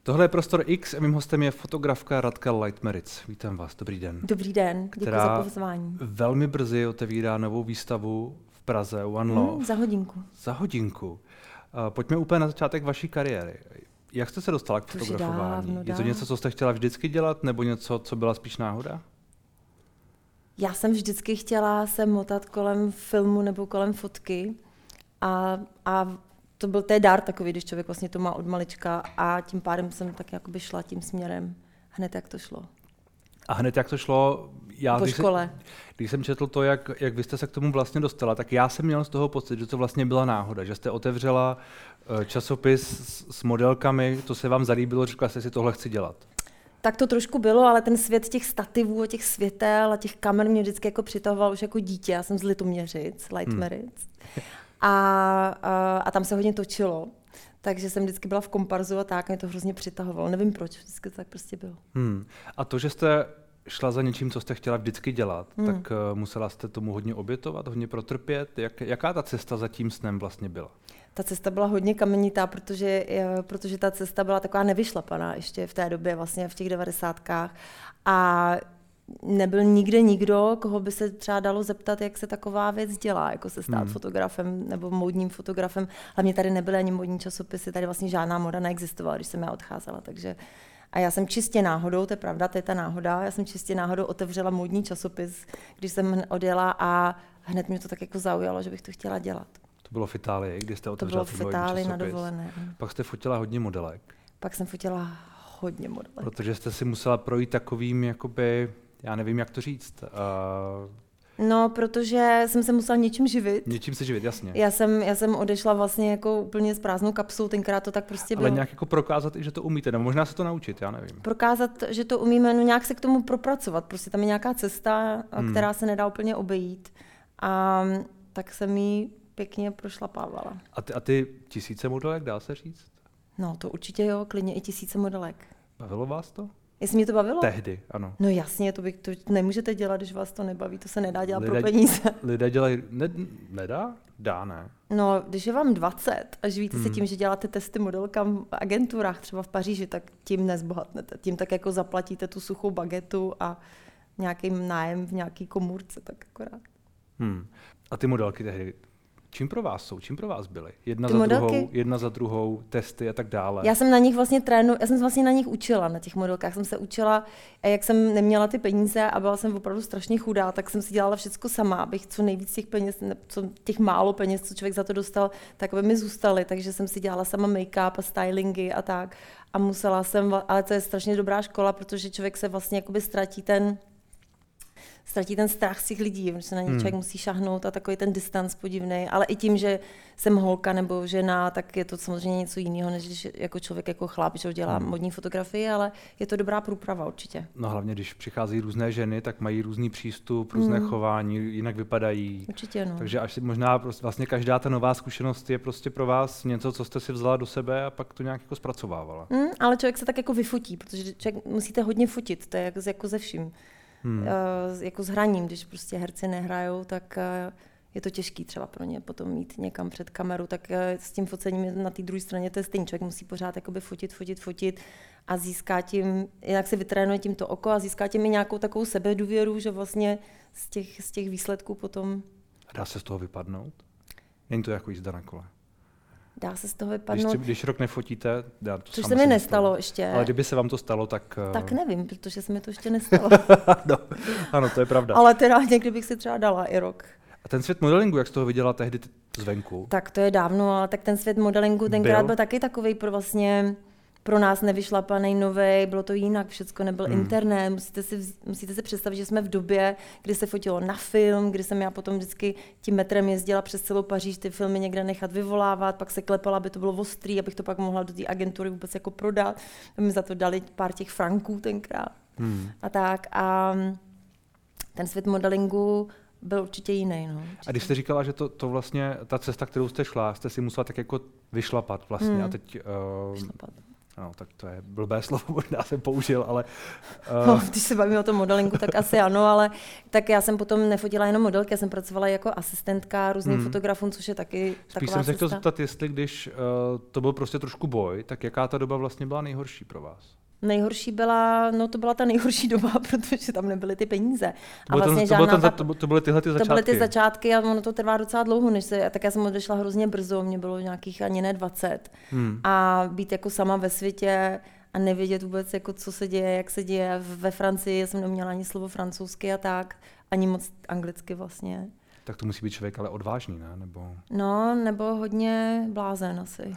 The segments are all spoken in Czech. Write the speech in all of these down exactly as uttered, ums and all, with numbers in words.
Tohle je Prostor X a mým hostem je fotografka Radka Leitmeritz. Vítám vás, dobrý den. Dobrý den, děkuji za pozvání. Velmi brzy otevírá novou výstavu v Praze One Love. Mm, za hodinku. Za hodinku. Uh, pojďme úplně na začátek vaší kariéry. Jak jste se dostala k fotografování? Dávno, je to něco, co jste chtěla vždycky dělat, nebo něco, co byla spíš náhoda? Já jsem vždycky chtěla se motat kolem filmu nebo kolem fotky a, a to byl ten dár takový, když člověk vlastně to má od malička a tím pádem jsem tak jakoby šla tím směrem hned, jak to šlo. A hned jak to šlo, já, po když, škole. Jsem, když jsem četl to, jak, jak vy jste se k tomu vlastně dostala, tak já jsem měl z toho pocit, že to vlastně byla náhoda, že jste otevřela časopis s, s modelkami, to se vám zalíbilo, řekla jste si, tohle chci dělat. Tak to trošku bylo, ale ten svět těch stativů a těch světel a těch kamer mě vždycky jako přitahoval už jako dítě. Já jsem z Litoměřic, Leitmeritz. Hmm. A, a, a tam se hodně točilo. Takže jsem vždycky byla v komparzu a tak, mě to hrozně přitahovalo. Nevím proč, vždycky to tak prostě bylo. Hmm. A to, že jste šla za něčím, co jste chtěla vždycky dělat, hmm. tak uh, musela jste tomu hodně obětovat, hodně protrpět. Jak, jaká ta cesta za tím snem vlastně byla? Ta cesta byla hodně kamenitá, protože, protože ta cesta byla taková nevyšlapaná ještě v té době, vlastně v těch devadesátkách. A nebyl nikde nikdo, koho by se třeba dalo zeptat, jak se taková věc dělá, jako se stát hmm. fotografem nebo módním fotografem. Hlavně tady nebyly ani módní časopisy, tady vlastně žádná moda neexistovala, když jsem já odcházela, takže a já jsem čistě náhodou, to je pravda, to je ta náhoda, já jsem čistě náhodou otevřela módní časopis, když jsem odjela a hned mě to tak jako zaujalo, že bych to chtěla dělat. To bylo v Itálii, kdy jste otevřela To bylo v Itálii na dovolené. Pak jste fotila hodně modelek. Pak jsem fotila hodně modelek. Protože jste si musela projít takovým, jakoby, já nevím, jak to říct. Uh... No, protože jsem se musela něčím živit. Něčím se živit, jasně. Já jsem, já jsem odešla vlastně jako úplně s prázdnou kapsou, tenkrát to tak prostě bylo. Ale nějak jako prokázat, že to umíte, nebo možná se to naučit, já nevím. Prokázat, že to umíme, no nějak se k tomu propracovat. Prostě tam je nějaká cesta, hmm. která se nedá úplně obejít. A tak jsem jí pěkně prošlapávala. A ty, a ty tisíce modelek, dá se říct? No, to určitě jo, klidně i tisíce modelek. Bavilo vás to? Jestli mě to bavilo? Tehdy, ano. No jasně, to, by, to nemůžete dělat, když vás to nebaví, to se nedá dělat lidé, pro peníze. Lidé dělají, ne, nedá? Dá, ne. No, když je vám dvacet a živíte hmm. se tím, že děláte testy modelkám v agenturách, třeba v Paříži, tak tím nezbohatnete. Tím tak jako zaplatíte tu suchou bagetu a nějaký nájem v nějaký komůrce, tak akorát. Hmm. A ty modelky tehdy, čím pro vás jsou? Čím pro vás byly? Jedna ty za modelky? druhou, jedna za druhou, testy a tak dále. Já jsem na nich vlastně trénu, já jsem vlastně na nich učila, na těch modelkách jsem se učila, a jak jsem neměla ty peníze a byla jsem opravdu strašně chudá, tak jsem si dělala všechno sama, abych co nejvíc těch peněz, co, těch málo peněz, co člověk za to dostal, tak aby mi zůstaly, takže jsem si dělala sama make-up a stylingy a tak. A musela jsem, ale to je strašně dobrá škola, protože člověk se vlastně jakoby ztratí ten ztratí ten strach z těch lidí, protože se na ně člověk hmm. musí šahnout a takový ten distanc podivný, ale i tím, že jsem holka nebo žena, tak je to samozřejmě něco jiného, než když jako člověk jako chlap, že dělá hmm. modní fotografii, ale je to dobrá průprava určitě. No hlavně, když přichází různé ženy, tak mají různý přístup, různé hmm. chování, jinak vypadají. Určitě, no. Takže až možná vlastně každá ta nová zkušenost je prostě pro vás něco, co jste si vzala do sebe a pak to nějak jako zpracovávala. Hmm, ale člověk se tak jako vyfotí, protože člověk musíte hodně fotit, to je jako, jako ze vším. Hmm. Uh, jako s hraním, když prostě herci nehrajou, tak uh, je to těžký třeba pro ně potom mít někam před kameru, tak uh, s tím focením na té druhé straně to je stejný. Člověk musí pořád jakoby fotit, fotit, fotit a získá tím, jinak si vytrénuje tím to oko a získá tím i nějakou takovou sebedůvěru, že vlastně z těch, z těch výsledků potom... Dá se z toho vypadnout? Není to jako jízda na kole? Dá se z toho vypadnout. Když, když rok nefotíte, dá to. Což se mi nestalo ještě. Ale kdyby se vám to stalo, tak... Tak nevím, protože se mi to ještě nestalo. no, ano, to je pravda. Ale teda někdy bych si třeba dala i rok. A ten svět modelingu, jak jsi toho viděla tehdy zvenku? Tak to je dávno, ale tak ten svět modelingu tenkrát byl, byl taky takovej pro vlastně... pro nás nevyšlapaný, novej, bylo to jinak, všecko nebyl hmm. internet, musíte si, musíte si představit, že jsme v době, kdy se fotilo na film, kdy jsem já potom vždycky tím metrem jezdila přes celou Paříž ty filmy někde nechat vyvolávat, pak se klepala, aby to bylo ostrý, abych to pak mohla do té agentury vůbec jako prodat, mi za to dali pár těch franků tenkrát hmm. a tak a ten svět modelingu byl určitě jiný. No, určitě. A když jste říkala, že to, to vlastně, ta cesta, kterou jste šla, jste si musela tak jako vyšlapat vlastně hmm. a teď... Uh, vyšlapat. No, tak to je blbé slovo, možná jsem použil, ale... Uh... No, když se bavíme o tom modelingu, tak asi ano, ale tak já jsem potom nefotila jenom modelky, já jsem pracovala jako asistentka různým hmm. fotografům, což je taky Spíš taková jsem se chtěl cesta. zeptat, jestli když uh, to byl prostě trošku boj, tak jaká ta doba vlastně byla nejhorší pro vás? Nejhorší byla, no to byla ta nejhorší doba, protože tam nebyly ty peníze. To, a vlastně ten, to, ta, to, to byly tyhle ty začátky? To byly ty začátky a ono to trvá docela dlouho, než se, tak já jsem odešla hrozně brzo, mě bylo nějakých ani ne dvacet. Hmm. A být jako sama ve světě a nevědět vůbec, jako, co se děje, jak se děje. Ve Francii jsem neměla ani slovo francouzsky a tak, ani moc anglicky vlastně. Tak to musí být člověk ale odvážný, ne? Nebo... No, nebo hodně blázen asi.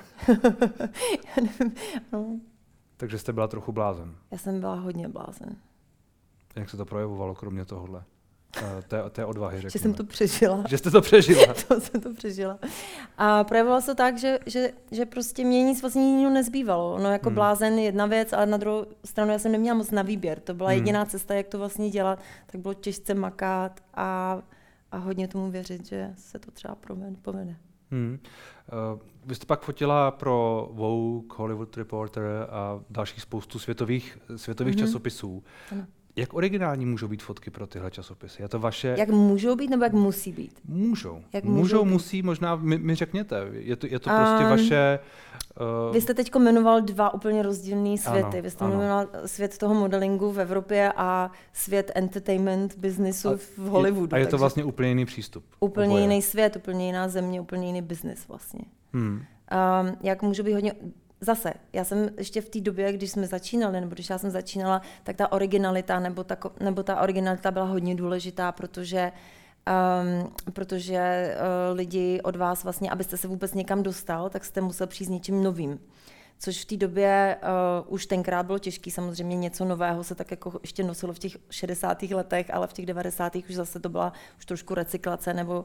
no. Takže jste byla trochu blázen. Já jsem byla hodně blázen. Jak se to projevovalo, kromě tohohle? Té, té odvahy, řekněme. Že jsem to přežila. Že jste to přežila. to jsem to přežila. A projevovalo se to tak, že, že, že prostě mě nic vlastně jiného nezbývalo. No jako hmm. blázen jedna věc, ale na druhou stranu já jsem neměla moc na výběr. To byla hmm. jediná cesta, jak to vlastně dělat. Tak bylo těžce makat a, a hodně tomu věřit, že se to třeba povede. Hmm. Uh, vy jste pak fotila pro Vogue, Hollywood Reporter a dalších spoustu světových, světových mm-hmm. časopisů. Ano. Jak originální můžou být fotky pro tyhle časopisy? Je to vaše... Jak můžou být nebo jak musí být? Můžou. Jak můžou, můžou musí, možná mi, mi řekněte. Je to, je to prostě um, vaše... Uh... Vy jste teď jmenoval dva úplně rozdílné světy. Ano, Vy jste ano. jmenoval svět toho modelingu v Evropě a svět entertainment businessu v Hollywoodu. A je to vlastně úplně jiný přístup. Úplně oboje. jiný svět, úplně jiná země, úplně jiný biznis vlastně. Hmm. Um, jak můžu být hodně... Zase, já jsem ještě v té době, když jsme začínali, nebo když já jsem začínala, tak ta originalita, nebo ta, nebo ta originalita byla hodně důležitá, protože, um, protože uh, lidi od vás vlastně, abyste se vůbec někam dostal, tak jste musel přijít s něčím novým. Což v té době uh, už tenkrát bylo těžké, samozřejmě něco nového se tak jako ještě nosilo v těch šedesátých letech, ale v těch devadesátých už zase to byla už trošku recyklace, nebo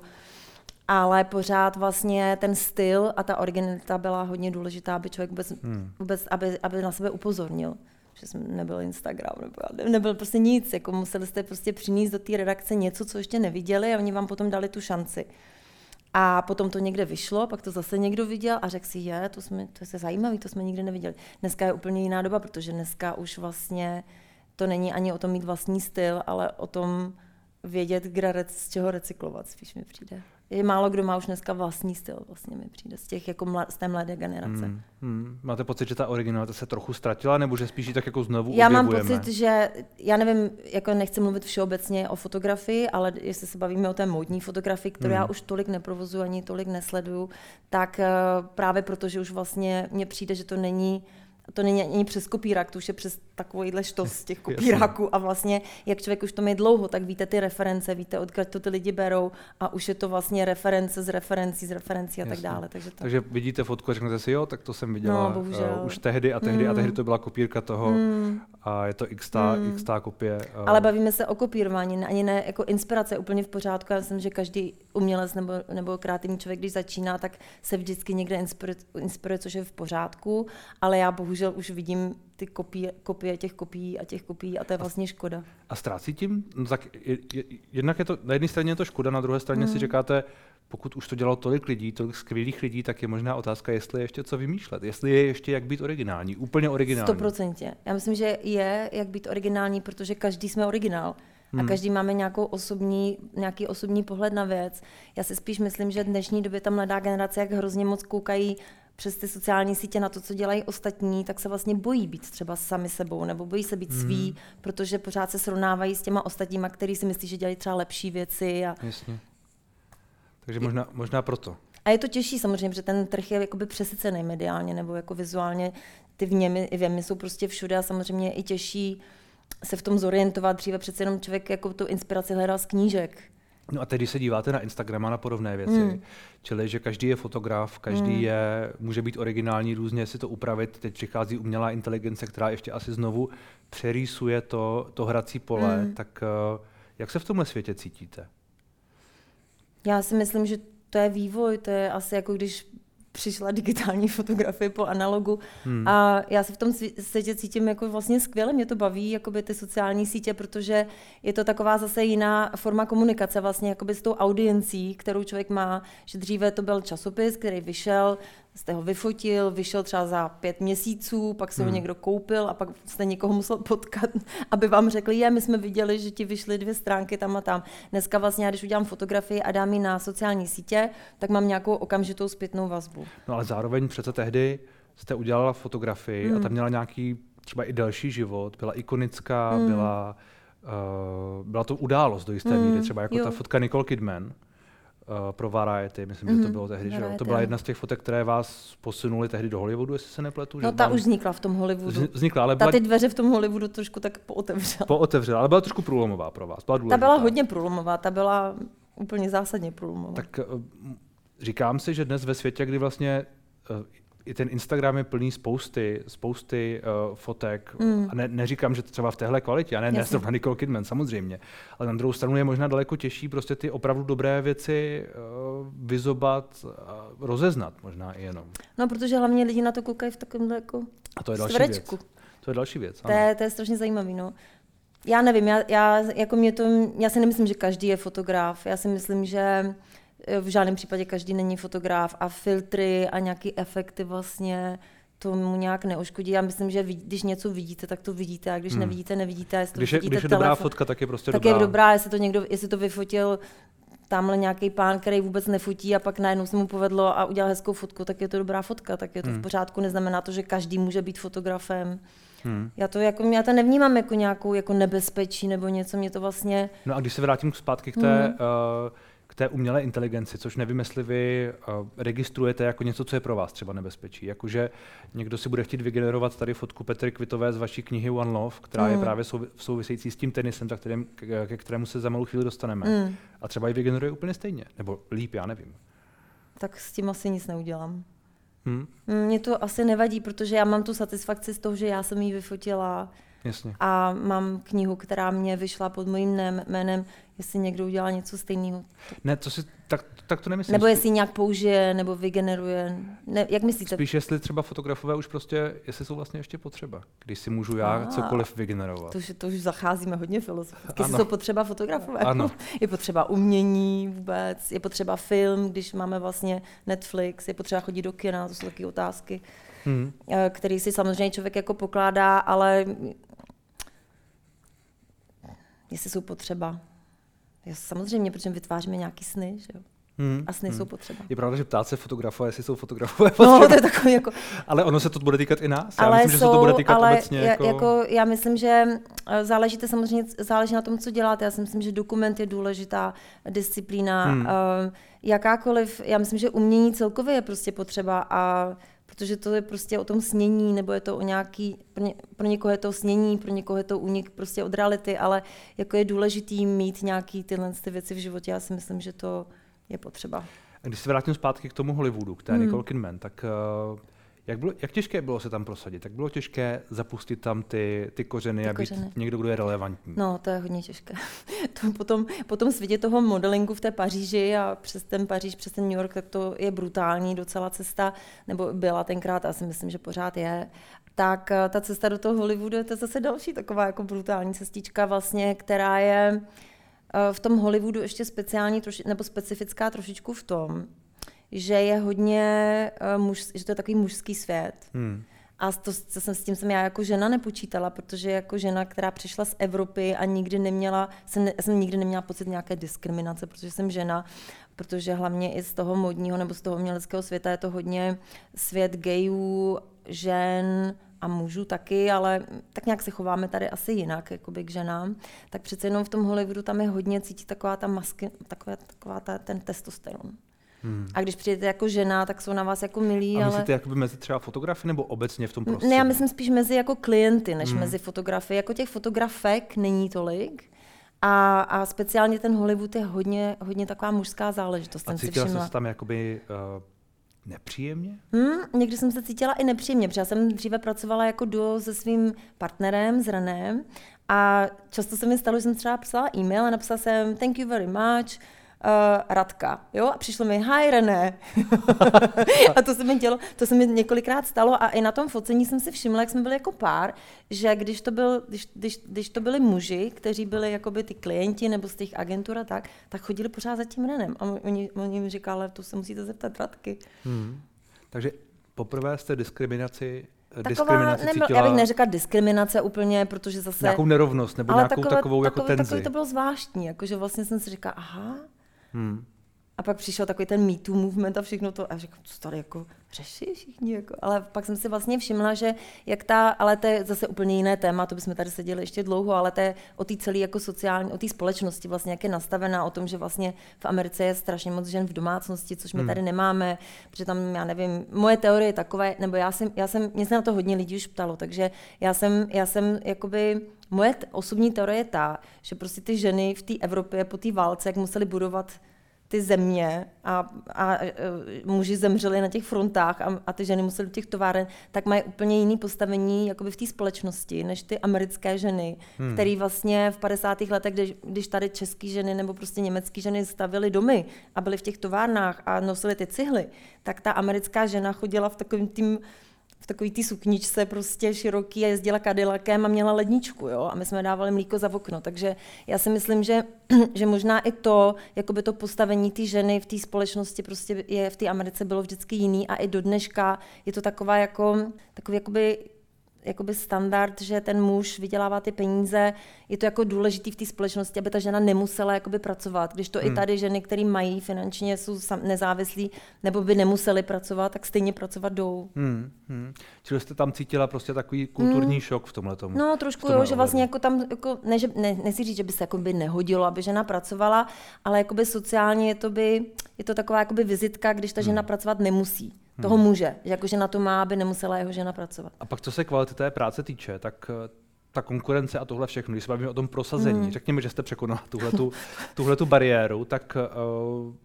ale pořád vlastně ten styl a ta originalita byla hodně důležitá, aby člověk vůbec, hmm. vůbec aby, aby na sebe upozornil. Že jsem nebyl Instagram, nebo nebyl prostě nic, jako museli jste prostě přinést do té redakce něco, co ještě neviděli a oni vám potom dali tu šanci. A potom to někde vyšlo, pak to zase někdo viděl a řekl si, je, to, jsme, to je zajímavé, to jsme nikdy neviděli. Dneska je úplně jiná doba, protože dneska už vlastně to není ani o tom mít vlastní styl, ale o tom vědět, kde, z čeho recyklovat, spíš mi přijde. Je málo kdo má už dneska vlastní styl, vlastně mi přijde, z, těch, jako mlad, z té mladé generace. Hmm, hmm. Máte pocit, že ta originalita se trochu ztratila, nebo že spíš ji tak jako znovu já objevujeme? Já mám pocit, že, já nevím, jako nechci mluvit všeobecně o fotografii, ale jestli se bavíme o té módní fotografii, kterou hmm. já už tolik neprovozuji, ani tolik nesleduju, tak uh, právě protože už vlastně mně přijde, že to není to není ani přes kopírák, to už je přes takovýhle štos z těch kopíráků a vlastně, jak člověk už to má dlouho, tak víte ty reference, víte, odkud to ty lidi berou a už je to vlastně reference z referencí, z referencí a tak Jasně. dále. Takže, tak. takže vidíte fotku a řeknete si, jo, tak to jsem viděla no, uh, už tehdy a tehdy mm. a tehdy to byla kopírka toho mm. a je to xtá, mm. xtá kopie. Uh. Ale bavíme se o kopírování, ani ne jako inspirace, úplně v pořádku. Já myslím, že každý umělec nebo, nebo kreativní člověk, když začíná, tak se vždycky někde inspiruje, inspiruje, což je v pořádku, ale já bohužel už vidím ty kopie, kopie těch kopií a těch kopií a to je vlastně škoda. A ztrácí tím? No tak je, je, jednak je to, na jedné straně je to škoda, na druhé straně mm. si říkáte, pokud už to dělalo tolik lidí, tolik skvělých lidí, tak je možná otázka, jestli je ještě co vymýšlet, jestli je ještě jak být originální, úplně originální. sto procent. Já myslím, že je jak být originální, protože každý jsme originál. A hmm. každý máme nějakou osobní, nějaký osobní pohled na věc. Já si spíš myslím, že v dnešní době ta mladá generace, jak hrozně moc koukají přes ty sociální sítě na to, co dělají ostatní, tak se vlastně bojí být třeba sami sebou, nebo bojí se být hmm. svý, protože pořád se srovnávají s těma ostatníma, který si myslí, že dělají třeba lepší věci. A... Jasně. Takže možná, možná proto. A je to těžší samozřejmě, protože ten trh je jakoby přesycený mediálně nebo jako vizuálně. Ty vněmy, vněmy jsou prostě všude a samozřejmě je i těžší se v tom zorientovat. Dříve přece jenom člověk jako tu inspiraci hledal z knížek. No a teď, když se díváte na Instagram a na podobné věci, hmm. čili že každý je fotograf, každý hmm. je, může být originální, různě si to upravit, teď přichází umělá inteligence, která ještě asi znovu přerýsuje to, to hrací pole, hmm. tak jak se v tomhle světě cítíte? Já si myslím, že to je vývoj, to je asi jako když přišla digitální fotografie po analogu hmm. a já se v tom světě cítím jako vlastně skvěle, mě to baví, jakoby ty sociální sítě, protože je to taková zase jiná forma komunikace vlastně jakoby s tou audiencí, kterou člověk má, že dříve to byl časopis, který vyšel, jste ho vyfotil, vyšel třeba za pět měsíců, pak se hmm. ho někdo koupil a pak jste někoho musel potkat, aby vám řekli, je, my jsme viděli, že ti vyšly dvě stránky tam a tam. Dneska vlastně, já, když udělám fotografii a dám ji na sociální sítě, tak mám nějakou okamžitou zpětnou vazbu. No ale zároveň přece tehdy jste udělala fotografii hmm. a ta měla nějaký třeba i delší život, byla ikonická, hmm. byla, uh, byla to událost do jisté hmm. míry, třeba jako jo. ta fotka Nicole Kidman uh, pro Variety, myslím, mm-hmm. že to bylo tehdy, že to byla jedna z těch fotek, které vás posunuly tehdy do Hollywoodu, jestli se nepletu. No že ta vám... už vznikla v tom Hollywoodu. Vznikla, ale byla... Ta ty dveře v tom Hollywoodu trošku tak pootevřela. Pootevřela, ale byla trošku průlomová pro vás. Byla ta byla hodně průlomová, ta byla úplně zásadně průlomová. Tak uh, říkám si, že dnes ve světě, kdy vlastně uh, i ten Instagram je plný spousty, spousty uh, fotek. Mm. A ne, neříkám, že třeba v téhle kvalitě, a ne, ne zrovna Nicole Kidman, samozřejmě. Ale na druhou stranu je možná daleko těžší prostě ty opravdu dobré věci uh, vyzobat a rozeznat možná i jenom. No, protože hlavně lidi na to koukají v takovémhle jako a to je další stvrečku. věc. To je další věc. To je, to je strašně zajímavý, no. Já nevím, já, já, jako mě to, já si nemyslím, že každý je fotograf. Já si myslím, že v žádném případě každý není fotograf a filtry a nějaký efekty vlastně tomu nějak neuškodí. Já myslím, že když něco vidíte, tak to vidíte a když hmm. nevidíte, nevidíte. Jestli když to je, vidíte když je telefon, dobrá fotka, tak je prostě tak dobrá. Tak je dobrá, jestli to někdo, jestli to vyfotil tamhle nějaký pán, který vůbec nefotí a pak najednou se mu povedlo a udělal hezkou fotku, tak je to dobrá fotka, tak je to hmm. v pořádku. Neznamená to, že každý může být fotografem. Hmm. Já to jako já to nevnímám jako nějakou jako nebezpečí nebo něco, mě to vlastně. No a když se vrátím zpátky k té hmm. uh, k té umělé inteligenci, což nevím, jestli vy uh, registrujete jako něco, co je pro vás třeba nebezpečí. Jakože někdo si bude chtít vygenerovat tady fotku Petry Kvitové z vaší knihy One Love, která mm. je právě souvi- související s tím tenisem, za kterým, k- ke kterému se za malou chvíli dostaneme. Mm. A třeba ji vygeneruje úplně stejně. Nebo líp, já nevím. Tak s tím asi nic neudělám. Hmm. Mně to asi nevadí, protože já mám tu satisfakci z toho, že já jsem ji vyfotila. Jasně. A mám knihu, která mě vyšla pod mojím jménem, jestli někdo udělá něco stejného. Ne, to si, tak, tak to nemyslím. Nebo jestli nějak použije, nebo vygeneruje. Ne, jak myslíte? Spíš jestli třeba fotografové už prostě, jestli jsou vlastně ještě potřeba, když si můžu já a, cokoliv vygenerovat. To už, to už zacházíme hodně filozoficky. Jestli jsou potřeba fotografové. Ano. Je potřeba umění vůbec, je potřeba film, když máme vlastně Netflix, je potřeba chodit do kina, to jsou taky otázky, hmm. který si samozřejmě člověk jako pokládá, ale jestli jsou potřeba. Samozřejmě, protože vytváříme nějaký sny, že jo? Hmm, a sny hmm. jsou potřeba. Je pravda, že ptát se fotografové, jestli jsou fotografové potřeba. No, to je takový jako... Ale ono se to bude týkat i nás. Ale já myslím, jsou, že se to bude týkat ale obecně. Jako... jako... Já myslím, že záleží, samozřejmě, záleží na tom, co děláte. Já si myslím, že dokument je důležitá disciplína. Hmm. Uh, jakákoliv, já myslím, že umění celkově je prostě potřeba a protože to je prostě o tom snění, nebo je to o nějaký, pro, ně, pro někoho je to snění, pro někoho je to únik prostě od reality, ale jako je důležitý mít nějaký tyhle ty věci v životě, já si myslím, že to je potřeba. Když se vrátím zpátky k tomu Hollywoodu, k té hmm. Nicole Kidman, tak uh, jak, bylo, jak těžké bylo se tam prosadit? Tak bylo těžké zapustit tam ty, ty kořeny ty a být kořeny. Někdo, kdo je relevantní? No, to je hodně těžké. to potom, po tom světě toho modelingu v té Paříži a přes ten Paříž, přes ten New York, tak to je brutální docela cesta, nebo byla tenkrát, a si myslím, že pořád je. Tak ta cesta do toho Hollywoodu je to zase další taková jako brutální cestička vlastně, která je v tom Hollywoodu ještě speciální, troši, nebo specifická trošičku v tom, že je hodně muž, že to je takový mužský svět. Hmm. A to, to jsem, s tím jsem já jako žena nepočítala, protože jako žena, která přišla z Evropy a nikdy neměla, jsem, ne, jsem nikdy neměla pocit nějaké diskriminace, protože jsem žena, protože hlavně i z toho modního nebo z toho uměleckého světa je to hodně svět gayů, žen a mužů taky, ale tak nějak se chováme tady asi jinak jakoby k ženám, tak přece jenom v tom Hollywoodu tam je hodně cítit taková ta masky, taková, taková ta, ten testosteron. Hmm. A když přijdete jako žena, tak jsou na vás jako milí, ale... A myslíte ale... jakoby mezi třeba fotografy nebo obecně v tom prostředí? Ne, já myslím spíš mezi jako klienty, než hmm. mezi fotografy. Jako těch fotografek není tolik. A, a speciálně ten Hollywood je hodně, hodně taková mužská záležitost. A cítila jsi se tam jakoby uh, nepříjemně? Hmm, někdy jsem se cítila i nepříjemně, protože já jsem dříve pracovala jako duo se svým partnerem, s Renem. A často se mi stalo, že jsem třeba psala e-mail a napsala jsem thank you very much, Uh, Radka, jo, a přišlo mi, hi René. A to se mi dělo, to se mi několikrát stalo a i na tom focení jsem si všimla, jak jsme byli jako pár, že když to, byl, když, když, když to byli muži, kteří byli jakoby ty klienti nebo z těch agentur a tak, tak chodili pořád za tím Renem a oni, oni mi říkali, to se musíte zeptat Radky. Hmm. Takže poprvé jste diskriminaci, Taková, diskriminaci nebyl, cítila... Já bych neřekla diskriminace úplně, protože zase... Nějakou nerovnost nebo nějakou takové, takovou jako takové, tenzi. Takový to bylo zvláštní, jakože vlastně jsem si říkala, aha. Hmm. A pak přišel takový ten Me Too movement a všechno to. A říkám, co tady jako řeší všichni. Jako. Ale pak jsem si vlastně všimla, že jak ta, ale to je zase úplně jiné téma, to bychom tady seděli ještě dlouho, ale to je o té celé jako sociální, o té společnosti vlastně, jak je nastavená, o tom, že vlastně v Americe je strašně moc žen v domácnosti, což my hmm. tady nemáme, protože tam, já nevím, moje teorie je takové, nebo já jsem, já jsem, mě se na to hodně lidí už ptalo, takže já jsem, já jsem jakoby, moje t- osobní teorie je ta, že prostě ty ženy v té Evropě po té válce, jak museli budovat ty země a, a, a muži zemřeli na těch frontách a, a ty ženy musely do těch továren, tak mají úplně jiné postavení jakoby v té společnosti, než ty americké ženy, hmm. které vlastně v padesátých letech, když, když tady české ženy nebo prostě německé ženy stavily domy a byly v těch továrnách a nosily ty cihly, tak ta americká žena chodila v takovým tým v takový té sukničce prostě široký a jezdila Cadillacem a měla ledničku, jo, a my jsme dávali mlíko za okno, takže já si myslím, že, že možná i to, jakoby to postavení té ženy v té společnosti prostě je v té Americe bylo vždycky jiný a i do dneška je to taková jako, takový jakoby jakoby standard, že ten muž vydělává ty peníze, je to jako důležitý v té společnosti, aby ta žena nemusela jakoby pracovat. Když to hmm. i tady ženy, které mají finančně, jsou nezávislí, nebo by nemuseli pracovat, tak stejně pracovat jdou. Hmm. Hmm. Čili jste tam cítila prostě takový kulturní hmm. šok v tomhle tomu? No trošku jo, že vlastně jako tam, jako, ne, že, ne, nechci říct, že by se jakoby nehodilo, aby žena pracovala, ale jakoby sociálně je to, by, je to taková jakoby vizitka, když ta žena hmm. pracovat nemusí. Toho muže, že jakože na to má, aby nemusela jeho žena pracovat. A pak co se kvality té práce týče, tak ta konkurence a tohle všechno, když se bavíme o tom prosazení, mm. řekněme, že jste překonala tuhletu, tuhletu bariéru, tak uh,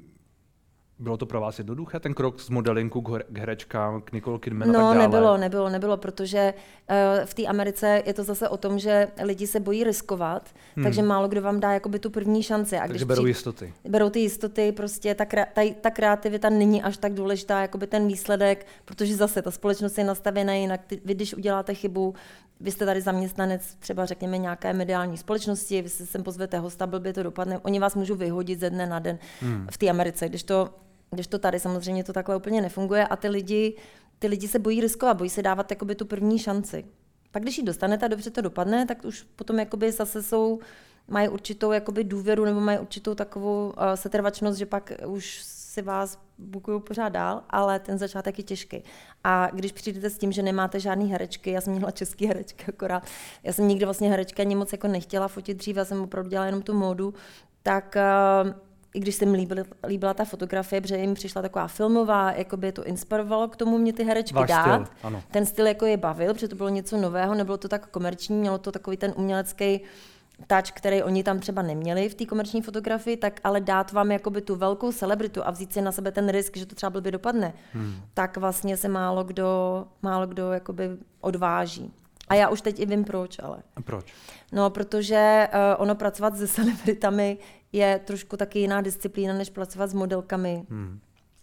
bylo to pro vás jednoduché, ten krok z modelingu k herečkám, k Nicole Kidman no, a tak dále? No nebylo, nebylo, nebylo, protože uh, v té Americe je to zase o tom, že lidi se bojí riskovat, hmm. takže málo kdo vám dá jakoby tu první šanci. A takže když berou při... jistoty. Berou ty jistoty, prostě ta, ta, ta kreativita není až tak důležitá, jakoby ten výsledek, protože zase ta společnost je nastavená jinak. Ty, vy, když uděláte chybu, vy jste tady zaměstnanec třeba řekněme nějaké mediální společnosti, vy se sem pozvete hosta, blbě to dopadne, oni vás můžou vyhodit ze dne na den hmm. v té Americe, když to Když to tady samozřejmě to takhle úplně nefunguje a ty lidi, ty lidi se bojí riskovat, bojí se dávat jakoby tu první šanci. Pak když ji dostanete a dobře to dopadne, tak už potom jakoby zase jsou, mají určitou jakoby důvěru nebo mají určitou takovou uh, setrvačnost, že pak už si vás bukují pořád dál, ale ten začátek je těžký. A když přijdete s tím, že nemáte žádný herečky, já jsem měla český herečky akorát, já jsem nikdy vlastně herečka ani moc jako nechtěla fotit dřív, já jsem opravdu dělala jenom tu módu, tak uh, i když se mi líbila, líbila ta fotografie, protože jim přišla taková filmová, jako by to inspirovalo k tomu mě ty herečky Váš dát. Styl, ano. Ten styl jako je bavil, protože to bylo něco nového, nebylo to tak komerční, mělo to takový ten umělecký touch, který oni tam třeba neměli v té komerční fotografii, tak ale dát vám jakoby tu velkou celebritu a vzít si na sebe ten risk, že to třeba blbě dopadne, hmm. tak vlastně se málo kdo, málo kdo jakoby odváží. A já už teď i vím proč, ale. A proč? No, protože uh, ono pracovat se celebritami je trošku taky jiná disciplína, než pracovat s modelkami. Hmm.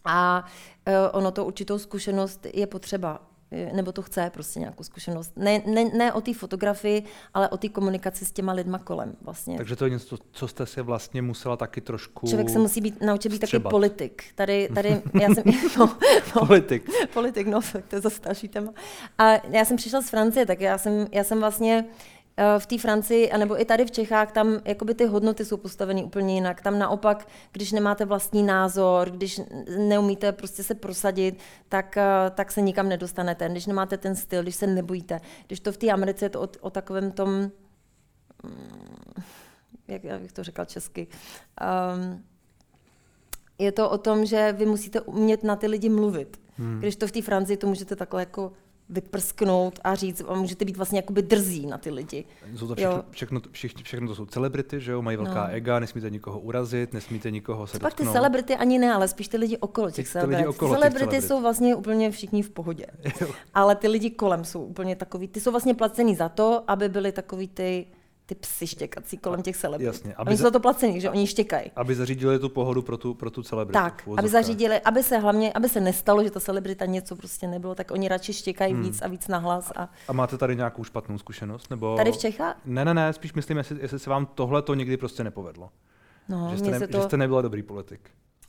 A uh, ono to určitou zkušenost je potřeba. Nebo to chce prostě nějakou zkušenost. Ne, ne, ne o té fotografii, ale o té komunikaci s těma lidma kolem vlastně. Takže to je něco, co jste si vlastně musela taky trošku Člověk se musí být, naučit být vstřebat. Taky politik. Tady, tady já jsem... No, no, politik. Politik, no, to je zase další téma. A já jsem přišla z Francie, tak já jsem, já jsem vlastně v té Francii, anebo i tady v Čechách, tam jakoby ty hodnoty jsou postaveny úplně jinak. Tam naopak, když nemáte vlastní názor, když neumíte prostě se prosadit, tak, tak se nikam nedostanete. Když nemáte ten styl, když se nebojíte. Když to v té Americe je to o, o takovém tom, jak, jak bych to řekla česky, um, je to o tom, že vy musíte umět na ty lidi mluvit. Hmm. Když to v té Francii, to můžete takhle jako vyprsknout a říct, a můžete být vlastně jakoby drzí na ty lidi. Jsou to všechno, všechno, všechno, všechno to jsou celebrity, že jo, mají velká no. ega, nesmíte nikoho urazit, nesmíte nikoho se Pak dotknout. ty celebrity ani ne, ale spíš ty lidi okolo těch celebrit. Celebrity jsou vlastně úplně všichni v pohodě. Ale ty lidi kolem jsou úplně takový, ty jsou vlastně placení za to, aby byli takový ty ty psy štěkací kolem těch celebrit. Jasně, aby oni jsou za to placení, že oni štěkají. Aby zařídili tu pohodu pro tu, pro tu celebritu. Tak, aby zařídili, aby se hlavně, aby se nestalo, že ta celebrita něco prostě nebylo, tak oni radši štěkají hmm. víc a víc nahlas. A... a máte tady nějakou špatnou zkušenost? Nebo... Tady v Čechách? Ne, ne, ne, spíš myslím, jestli, jestli se vám tohle to někdy prostě nepovedlo. No, že, jste ne, to... že jste nebyla dobrý politik.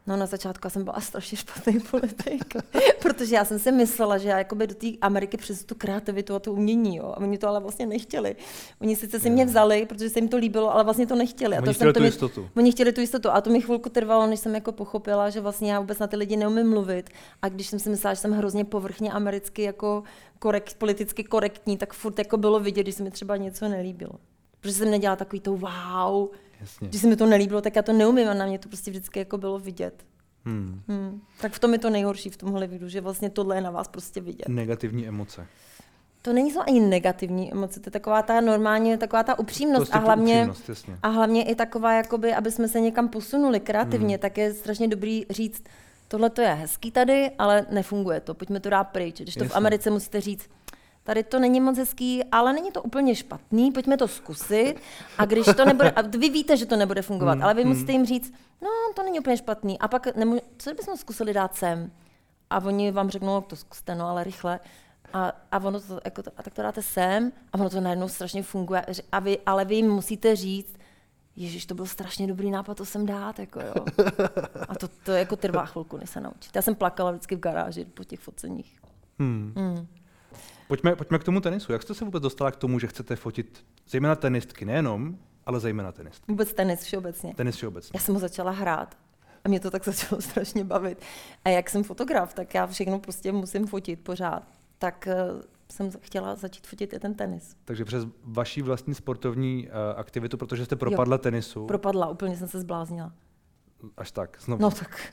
No na začátku já jsem byla strašně špatný politik, protože já jsem si myslela, že já jakoby do té Ameriky přes tu kreativitu a to umění, jo, a oni to ale vlastně nechtěli. Oni sice si mě vzali, protože se jim to líbilo, ale vlastně to nechtěli. A oni to chtěli jsem to tu mě, jistotu. Oni chtěli tu jistotu a to mi chvilku trvalo, než jsem jako pochopila, že vlastně já vůbec na ty lidi neumím mluvit. A když jsem si myslela, že jsem hrozně povrchně americky jako korekt, politicky korektní, tak furt jako bylo vidět, když se mi třeba něco nelíbilo. Protože jsem nedělala takový to wow. Jasně. Když se mi to nelíbilo, tak já to neumím a na mě to prostě vždycky jako bylo vidět. Hmm. Hmm. Tak v tom je to nejhorší v tom Hollywoodu, že vlastně tohle je na vás prostě vidět. Negativní emoce. To není jsou ani negativní emoce, to je taková ta normálně, taková ta upřímnost Prostě a hlavně, upřímnost, jasně. a hlavně i taková, jakoby, aby jsme se někam posunuli kreativně, hmm. tak je strašně dobrý říct, tohle to je hezký tady, ale nefunguje to, pojďme to dát pryč. Když to jasně. V Americe musíte říct, tady to není moc hezký, ale není to úplně špatný, pojďme to zkusit. A když to nebude, a vy víte, že to nebude fungovat, mm, ale vy mm. musíte jim říct, no, to není úplně špatný. A pak, nemů- co bychom zkusili dát sem? A oni vám řeknou, to zkuste, no, ale rychle. A, a ono to, jako to, a tak to dáte sem, a ono to najednou strašně funguje. A vy, ale vy jim musíte říct, Ježiš, to byl strašně dobrý nápad, to sem dát, jako jo. A to, to jako trvá chvilku, než se naučit. Já jsem plakala vždycky v garáži po těch foceních. Hmm. Hmm. Pojďme, pojďme k tomu tenisu. Jak jste se vůbec dostala k tomu, že chcete fotit zejména tenistky, nejenom, ale zejména tenistky? Vůbec tenis všeobecně. Tenis všeobecně. Já jsem ho začala hrát a mě to tak začalo strašně bavit. A jak jsem fotograf, tak já všechno prostě musím fotit pořád. Tak uh, jsem chtěla začít fotit i ten tenis. Takže přes vaší vlastní sportovní uh, aktivitu, protože jste propadla jo, tenisu. Propadla, úplně jsem se zbláznila. Až tak, znovu. No tak.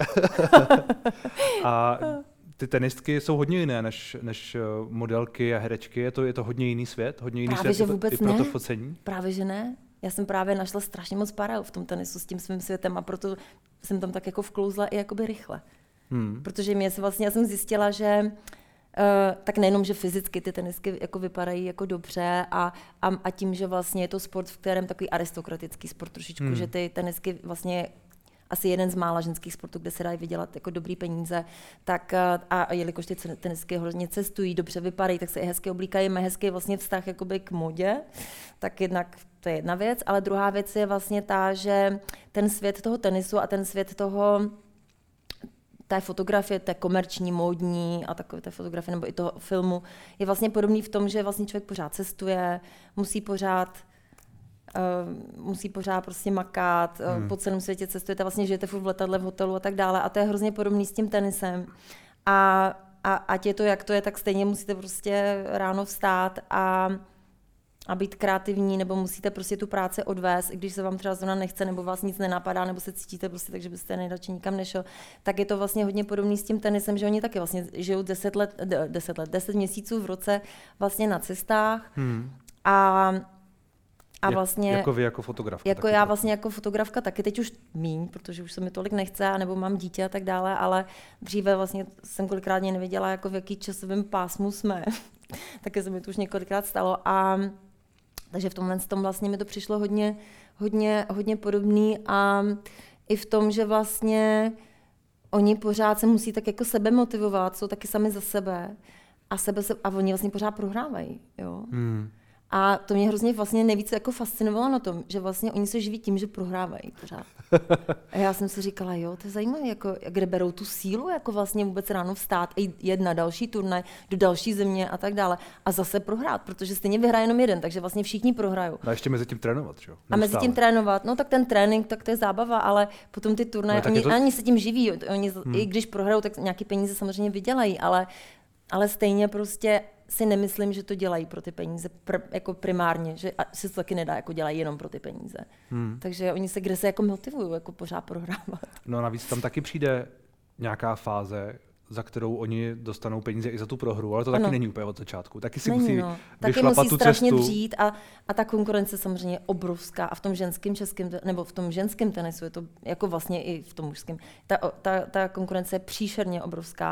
A ty tenistky jsou hodně jiné než, než modelky a herečky. Je to, je to hodně jiný svět? Hodně jiný Právě, svět že vůbec i pro ne. to focení? Právě, že ne. Já jsem právě našla strašně moc paralel v tom tenisu s tím svým světem a proto jsem tam tak jako vklouzla i jakoby rychle. Hmm. Protože mě se vlastně, já jsem zjistila, že uh, tak nejenom, že fyzicky ty tenisky jako vypadají jako dobře a, a, a tím, že vlastně je to sport, v kterém takový aristokratický sport trošičku, hmm. že ty tenisky vlastně asi jeden z mála ženských sportů, kde se dají vydělat jako dobrý peníze, tak a, a jelikož ty tenisky hodně cestují, dobře vypadají, tak se i hezky oblíkají, má hezký vlastně vztah jakoby k modě, tak jednak to je jedna věc, ale druhá věc je vlastně ta, že ten svět toho tenisu a ten svět toho té fotografie, té komerční, módní a takové té fotografie nebo i toho filmu je vlastně podobný v tom, že vlastně člověk pořád cestuje, musí pořád Uh, musí pořád prostě makat, uh, hmm. po celém světě cestujete, vlastně žijete furt v letadle, v hotelu a tak dále a to je hrozně podobný s tím tenisem. A, a ať je to, jak to je, tak stejně musíte prostě ráno vstát a, a být kreativní, nebo musíte prostě tu práci odvést, i když se vám třeba zrovna nechce, nebo vás nic nenapadá, nebo se cítíte prostě tak, že byste nejradši nikam nešel, tak je to vlastně hodně podobný s tím tenisem, že oni taky vlastně žijou deset let, deset let, deset měsíců v roce vlastně na cestách hmm. a A vlastně, jako vy jako fotografka. Jako já vlastně jako fotografka taky, teď už míň, protože už se mi tolik nechce, nebo mám dítě a tak dále, ale dříve vlastně jsem kolikrát mě nevěděla, jako v jaký časovém pásmu jsme. Taky se mi to už několikrát stalo. A takže v tomhle tom vlastně mi to přišlo hodně, hodně, hodně podobný a i v tom, že vlastně oni pořád se musí tak jako sebe motivovat, jsou taky sami za sebe a, sebe se, a oni vlastně pořád prohrávají. Jo? Hmm. A to mě hrozně vlastně nejvíce jako fascinovalo na tom, že vlastně oni se živí tím, že prohrávají pořád. A já jsem si říkala, jo, to je zajímavé, jako, kde berou tu sílu, jako vlastně vůbec ráno vstát a jít na další turnaj, do další země a tak dále. A zase prohrát, protože stejně vyhraje jenom jeden, takže vlastně všichni prohrajou. A ještě mezi tím trénovat, jo? A mezi tím trénovat, no tak ten trénink, tak to je zábava, ale potom ty turnaje, no, oni, to... oni se tím živí, oni, hmm. i když prohrajou, tak nějaký peníze samozřejmě vydělají, ale, ale stejně prostě si nemyslím, že to dělají pro ty peníze pr- jako primárně, že si to taky nedá, jako dělají jenom pro ty peníze. Hmm. Takže oni se kde se jako motivují, jako pořád prohrávat. No navíc tam taky přijde nějaká fáze, za kterou oni dostanou peníze i za tu prohru, ale to taky ano. není úplně od začátku. Taky si není, musí no. vyšlapat taky musí tu strašně cestu. dřít a, a ta konkurence samozřejmě je obrovská a v tom ženském českém, nebo v tom ženském tenisu je to jako vlastně i v tom mužském. Ta, ta, ta konkurence je příšerně obrovská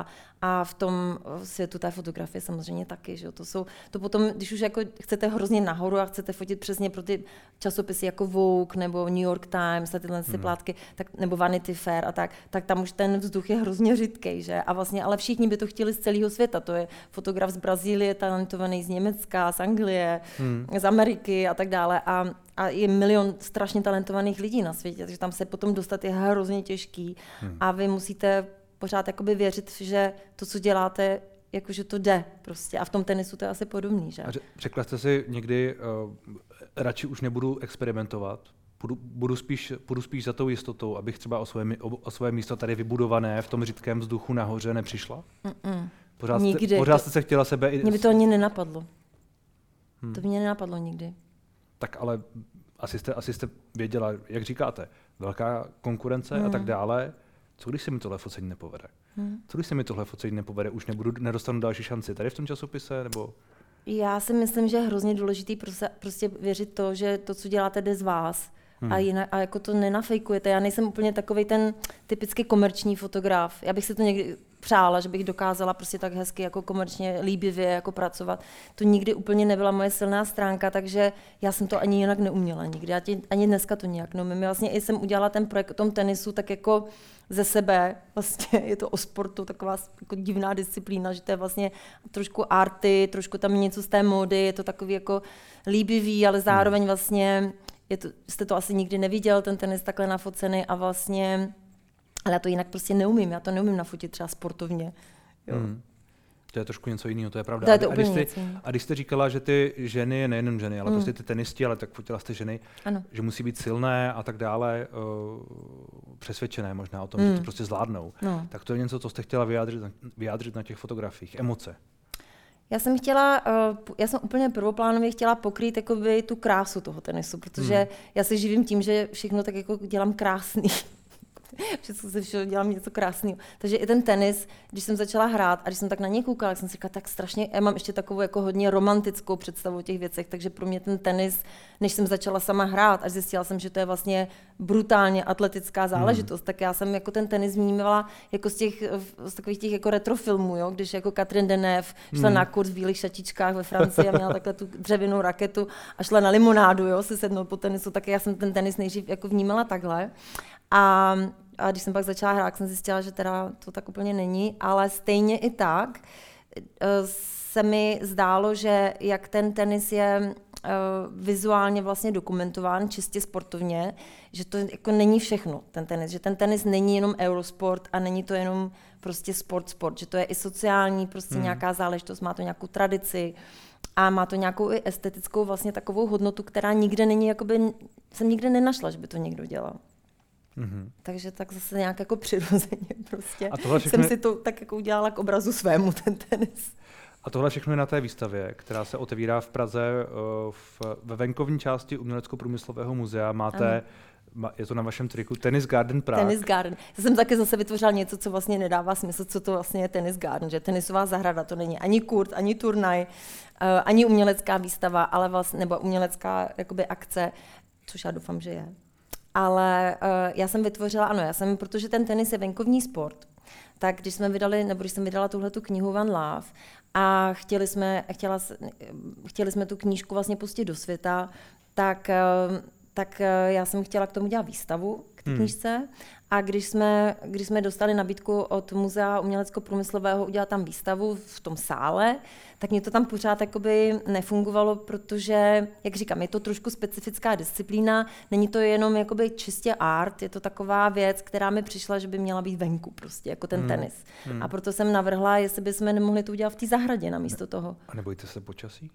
A v tom světu té fotografie samozřejmě taky, že jo. To jsou, to potom, když už jako chcete hrozně nahoru a chcete fotit přesně pro ty časopisy jako Vogue nebo New York Times a tyhle hmm. plátky, tak, nebo Vanity Fair a tak, tak tam už ten vzduch je hrozně řidkej, že? A vlastně, ale všichni by to chtěli z celého světa. To je fotograf z Brazílie, talentovaný z Německa, z Anglie, hmm. z Ameriky a tak dále. A, a je milion strašně talentovaných lidí na světě, takže tam se potom dostat je hrozně těžký. Hmm. A vy musíte pořád jakoby věřit, že to, co děláte, jakože to jde prostě. A v tom tenisu to je asi podobný, že? A řekla jste si někdy, uh, radši už nebudu experimentovat, budu, budu, spíš, budu spíš za tou jistotou, abych třeba o své, o, o své místo tady vybudované v tom řídkém vzduchu nahoře nepřišla? Mm-mm. Pořád, nikdy. Jste, pořád jste se chtěla sebe... Mně by to ani nenapadlo. Hmm. To mě nenapadlo nikdy. Tak ale asi jste, asi jste věděla, jak říkáte, velká konkurence hmm. a tak dále. Co když se mi tohle focení nepovede? Hmm. Co když se mi tohle focení nepovede? Už nebudu, nedostanu další šanci tady v tom časopise? Nebo... Já si myslím, že je hrozně důležitý prostě věřit to, že to, co děláte, jde z vás. Hmm. A, jinak, a jako to nenafejkujete. Já nejsem úplně takovej ten typický komerční fotograf. Já bych si to někdy přála, že bych dokázala prostě tak hezky jako komerčně líbivě jako pracovat. To nikdy úplně nebyla moje silná stránka, takže já jsem to ani jinak neuměla nikdy. Já tě, ani dneska to nějak neumím. Já vlastně i jsem udělala ten projekt o tom tenisu tak jako ze sebe. Vlastně je to o sportu, taková jako divná disciplína, že to je vlastně trošku arty, trošku tam něco z té módy, je to takový jako líbivý, ale zároveň vlastně je to, jste to asi nikdy neviděl, ten tenis takhle nafocený a vlastně, ale já to jinak prostě neumím, já to neumím nafotit třeba sportovně. Jo. Hmm. To je trošku něco jiného, to je pravda. To je to a, když jste, a když jste říkala, že ty ženy, nejenom ženy, ale hmm. prostě ty tenisti, ale tak fotila jste ženy, ano. že musí být silné a tak dále, uh, přesvědčené možná o tom, hmm. že to prostě zvládnou. No. Tak to je něco, co jste chtěla vyjádřit, vyjádřit na těch fotografiích, emoce. Já jsem chtěla, já jsem úplně prvoplánově chtěla pokrýt jakoby tu krásu toho tenisu, protože hmm. já se živím tím, že všechno tak jako dělám krásný. Všechno se všeho dělám něco krásného. Takže i ten tenis, když jsem začala hrát a když jsem tak na něj koukala, tak jsem si říkala, tak strašně, já mám ještě takovou jako hodně romantickou představu o těch věcech, takže pro mě ten tenis, než jsem začala sama hrát, až zjistila jsem, že to je vlastně brutálně atletická záležitost, hmm. tak já jsem jako ten tenis vnímala jako z těch, z takových těch jako retrofilmů, jo? Když jako Catherine Deneuve šla hmm. na kurz v bílých šatičkách ve Francii a měla takhle tu dřevěnou raketu a šla na limonádu, jo, se sednout po tenisu, tak já jsem ten tenis nejdřív jako vnímala takhle. A, a když jsem pak začala hrát, tak jsem zjistila, že teda to tak úplně není, ale stejně i tak se mi zdálo, že jak ten tenis je vizuálně vlastně dokumentován, čistě sportovně, že to jako není všechno, ten tenis, že ten tenis není jenom eurosport a není to jenom prostě sport, sport, že to je i sociální prostě hmm. nějaká záležitost, má to nějakou tradici a má to nějakou i estetickou vlastně takovou hodnotu, která nikde není, jakoby, jsem nikde nenašla, že by to někdo dělal. Mm-hmm. Takže tak zase nějak jako přirozeně prostě a tohle všechno... jsem si to tak jako udělala k obrazu svému, ten tenis. A tohle všechno je na té výstavě, která se otevírá v Praze v, ve venkovní části Umělecko-průmyslového muzea. Máte, ano. Je to na vašem triku, Tennis Garden Prague. Tennis Garden. Já jsem taky zase vytvořila něco, co vlastně nedává smysl, co to vlastně je Tennis Garden, že tenisová zahrada, to není ani kurt, ani turnaj, ani umělecká výstava, ale vlastně, nebo umělecká jakoby akce, což já doufám, že je. Ale uh, já jsem vytvořila, ano, já jsem, protože ten tenis je venkovní sport, tak když jsme vydali, nebo když jsem vydala tuhletu knihu One Love a chtěli jsme, chtěla, chtěli jsme tu knížku vlastně pustit do světa, tak, uh, tak uh, já jsem chtěla k tomu dělat výstavu, k té hmm. knížce. A když jsme, když jsme dostali nabídku od Muzea umělecko-průmyslového udělat tam výstavu v tom sále, tak mě to tam pořád jakoby nefungovalo, protože, jak říkám, je to trošku specifická disciplína, není to jenom jakoby čistě art, je to taková věc, která mi přišla, že by měla být venku prostě, jako ten hmm. tenis. Hmm. A proto jsem navrhla, jestli bychom nemohli to udělat v té zahradě namísto ne, toho. A nebojte se počasí?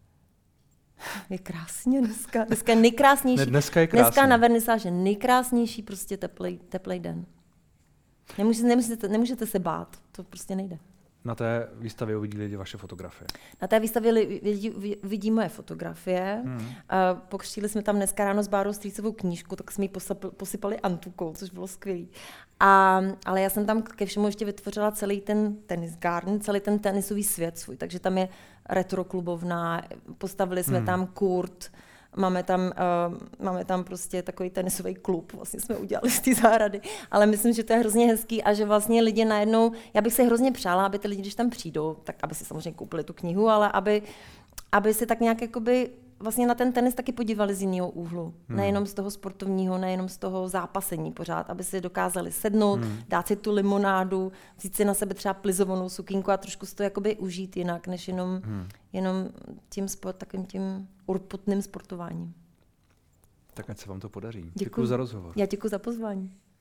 Je krásně dneska. Dneska je nejkrásnější. Ne, dneska je krásně. Dneska na vernisáži nejkrásnější prostě teplej, teplej den. Nemůžete, nemůžete, nemůžete se bát, to prostě nejde. Na té výstavě uvidí lidi vaše fotografie? Na té výstavě vidí, vidí moje fotografie. Hmm. Pokřtili jsme tam dneska ráno s Bárou Strýcovou knížku, tak jsme ji posypali antukou, což bylo skvělý. A, ale já jsem tam ke všemu ještě vytvořila celý ten Tennis Garden, celý ten tenisový svět svůj, takže tam je retroklubovna, postavili jsme hmm. tam kurt, Máme tam, uh, máme tam prostě takový tenisový klub, vlastně jsme udělali z té zahrady, ale myslím, že to je hrozně hezký a že vlastně lidi najednou, já bych se hrozně přála, aby ty lidi, když tam přijdou, tak aby si samozřejmě koupili tu knihu, ale aby, aby si tak nějak jakoby vlastně na ten tenis taky podívali z jiného úhlu. Hmm. Nejenom z toho sportovního, nejenom z toho zápasení pořád, aby si dokázali sednout, hmm. dát si tu limonádu, vzít si na sebe třeba plizovanou sukínku a trošku si to jakoby užít jinak, než jenom, hmm. jenom tím sport, takovým tím urputným sportováním. Tak ať se vám to podaří. Děkuji. Děkuji za rozhovor. Já děkuji za pozvání.